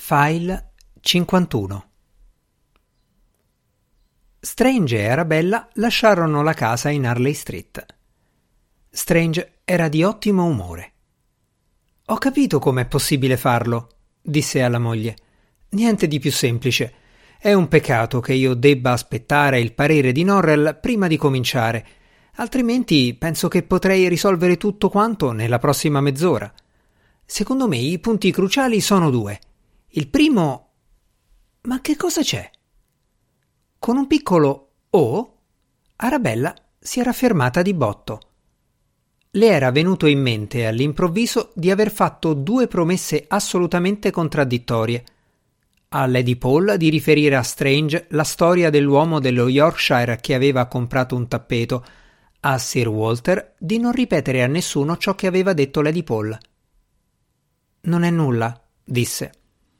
File 51. Strange e Arabella lasciarono la casa in Harley Street. Strange era di ottimo umore. «Ho capito com'è possibile farlo», disse alla moglie. «Niente di più semplice. È un peccato che io debba aspettare il parere di Norrell prima di cominciare, altrimenti penso che potrei risolvere tutto quanto nella prossima mezz'ora. Secondo me i punti cruciali sono due. Il primo... Ma che cosa c'è?» Con un piccolo «oh», Arabella si era fermata di botto. Le era venuto in mente all'improvviso di aver fatto due promesse assolutamente contraddittorie. A Lady Paul di riferire a Strange la storia dell'uomo dello Yorkshire che aveva comprato un tappeto, a Sir Walter di non ripetere a nessuno ciò che aveva detto Lady Paul. «Non è nulla», disse.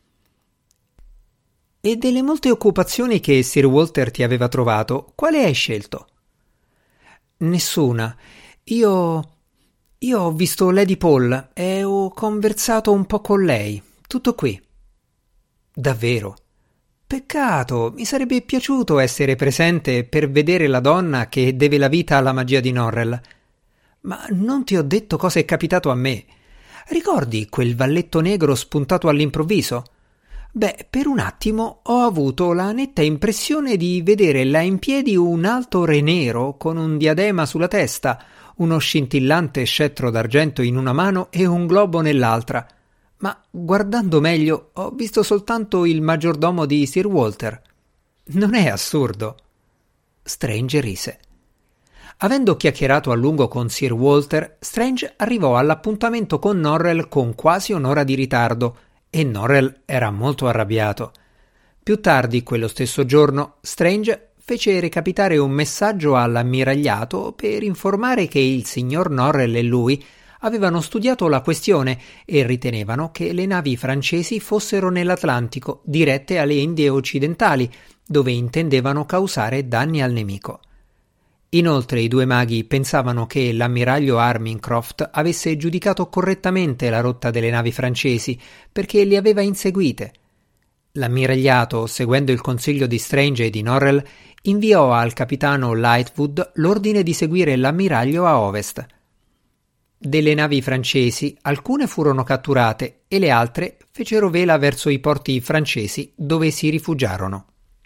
«E delle molte occupazioni che Sir Walter ti aveva trovato, quale hai scelto?» «Nessuna. Io ho visto Lady Paul e ho conversato un po' con lei. Tutto qui». «Davvero? Peccato, mi sarebbe piaciuto essere presente per vedere la donna che deve la vita alla magia di Norrell. Ma non ti ho detto cosa è capitato a me. Ricordi quel valletto negro spuntato all'improvviso? Beh, per un attimo ho avuto la netta impressione di vedere là in piedi un alto re nero con un diadema sulla testa, uno scintillante scettro d'argento in una mano e un globo nell'altra. Ma guardando meglio ho visto soltanto il maggiordomo di Sir Walter. Non è assurdo?» Strange rise. Avendo chiacchierato a lungo con Sir Walter, Strange arrivò all'appuntamento con Norrell con quasi un'ora di ritardo, e Norrell era molto arrabbiato. Più tardi, quello stesso giorno, Strange fece recapitare un messaggio all'ammiragliato per informare che il signor Norrell e lui avevano studiato la questione e ritenevano che le navi francesi fossero nell'Atlantico, dirette alle Indie occidentali, dove intendevano causare danni al nemico. Inoltre i due maghi pensavano che l'ammiraglio Armincroft avesse giudicato correttamente la rotta delle navi francesi perché li aveva inseguite. L'ammiragliato, seguendo il consiglio di Strange e di Norrell, inviò al capitano Lightwood l'ordine di seguire l'ammiraglio a ovest. Delle navi francesi alcune furono catturate e le altre fecero vela verso i porti francesi dove si rifugiarono.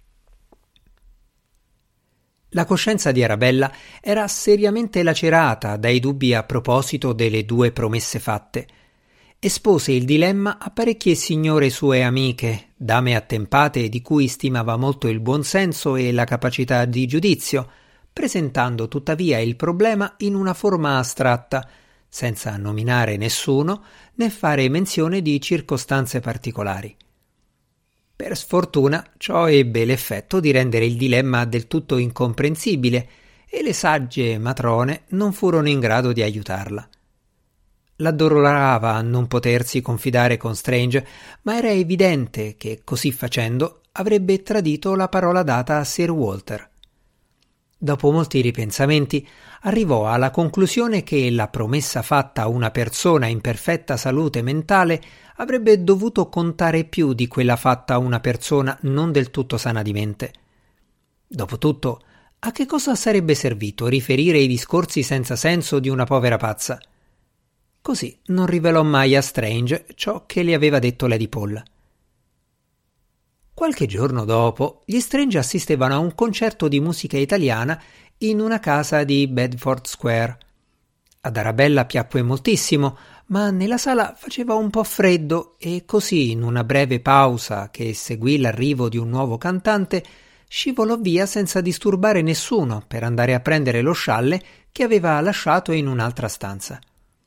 La coscienza di Arabella era seriamente lacerata dai dubbi a proposito delle due promesse fatte. Espose il dilemma a parecchie signore sue amiche, dame attempate di cui stimava molto il buon senso e la capacità di giudizio, presentando tuttavia il problema in una forma astratta, senza nominare nessuno né fare menzione di circostanze particolari. Per sfortuna ciò ebbe l'effetto di rendere il dilemma del tutto incomprensibile e le sagge matrone non furono in grado di aiutarla. L'addolorava a non potersi confidare con Strange, ma era evidente che, così facendo, avrebbe tradito la parola data a Sir Walter. Dopo molti ripensamenti, arrivò alla conclusione che la promessa fatta a una persona in perfetta salute mentale avrebbe dovuto contare più di quella fatta a una persona non del tutto sana di mente. Dopotutto, a che cosa sarebbe servito riferire i discorsi senza senso di una povera pazza? Così non rivelò mai a Strange ciò che le aveva detto Lady Paul. Qualche giorno dopo, gli Strange assistevano a un concerto di musica italiana in una casa di Bedford Square. Ad Arabella piacque moltissimo, ma nella sala faceva un po' freddo e così, in una breve pausa che seguì l'arrivo di un nuovo cantante, scivolò via senza disturbare nessuno per andare a prendere lo scialle che aveva lasciato in un'altra stanza.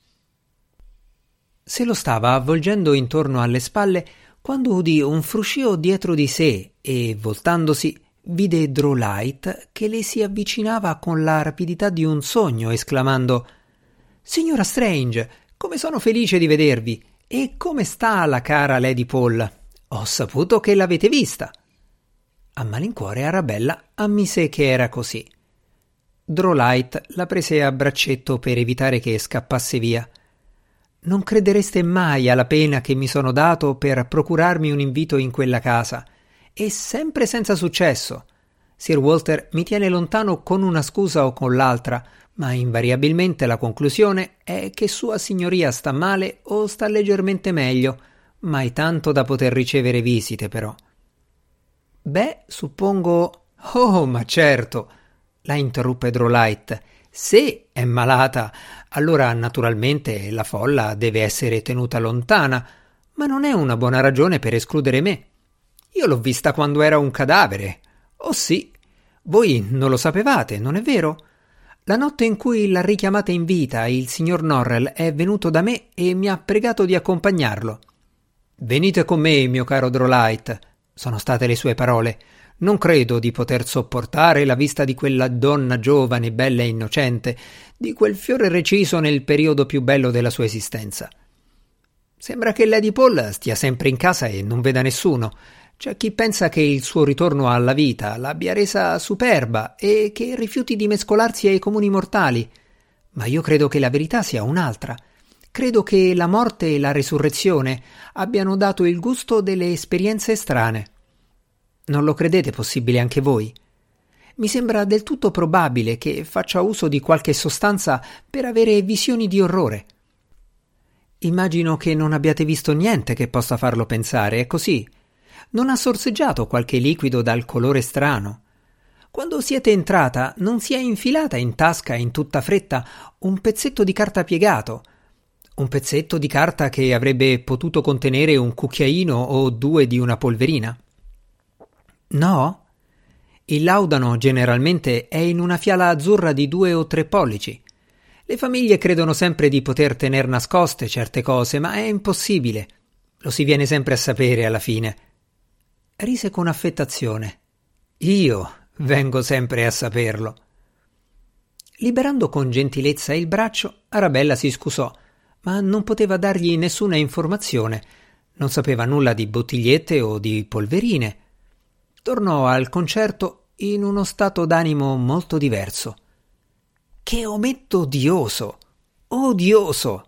Se lo stava avvolgendo intorno alle spalle quando udì un fruscio dietro di sé e, voltandosi, vide Drolight che le si avvicinava con la rapidità di un sogno, esclamando: «Signora Strange, come sono felice di vedervi! E come sta la cara Lady Paul? Ho saputo che l'avete vista!» A malincuore Arabella ammise che era così. Drolight la prese a braccetto per evitare che scappasse via. Non credereste mai alla pena che mi sono dato per procurarmi un invito in quella casa, e sempre senza successo. Sir Walter mi tiene lontano con una scusa o con l'altra, ma invariabilmente la conclusione è che Sua Signoria sta male o sta leggermente meglio, mai tanto da poter ricevere visite, però. Beh, suppongo... Oh, ma certo! La interruppe Drolight. Se è malata, allora naturalmente la folla deve essere tenuta lontana, ma non è una buona ragione per escludere me. Io l'ho vista quando era un cadavere. Oh sì, voi non lo sapevate, non è vero? La notte in cui l'ha richiamata in vita, il signor Norrell è venuto da me e mi ha pregato di accompagnarlo. Venite con me, mio caro Drolight, sono state le sue parole. Non credo di poter sopportare la vista di quella donna giovane, bella e innocente, di quel fiore reciso nel periodo più bello della sua esistenza. Sembra che Lady Paul stia sempre in casa e non veda nessuno. C'è chi pensa che il suo ritorno alla vita l'abbia resa superba e che rifiuti di mescolarsi ai comuni mortali. Ma io credo che la verità sia un'altra. Credo che la morte e la resurrezione abbiano dato il gusto delle esperienze strane. Non lo credete possibile anche voi? Mi sembra del tutto probabile che faccia uso di qualche sostanza per avere visioni di orrore. Immagino che non abbiate visto niente che possa farlo pensare, è così? Non ha sorseggiato qualche liquido dal colore strano? Quando siete entrata, non si è infilata in tasca in tutta fretta un pezzetto di carta piegato? Un pezzetto di carta che avrebbe potuto contenere un cucchiaino o due di una polverina? No? Il laudano generalmente è in una fiala azzurra di 2 o 3 pollici. Le famiglie credono sempre di poter tener nascoste certe cose, ma è impossibile. Lo si viene sempre a sapere alla fine. Rise con affettazione. Io vengo sempre a saperlo. Liberando con gentilezza il braccio, Arabella si scusò, ma non poteva dargli nessuna informazione. Non sapeva nulla di bottigliette o di polverine. Tornò al concerto in uno stato d'animo molto diverso. Che ometto odioso! Odioso!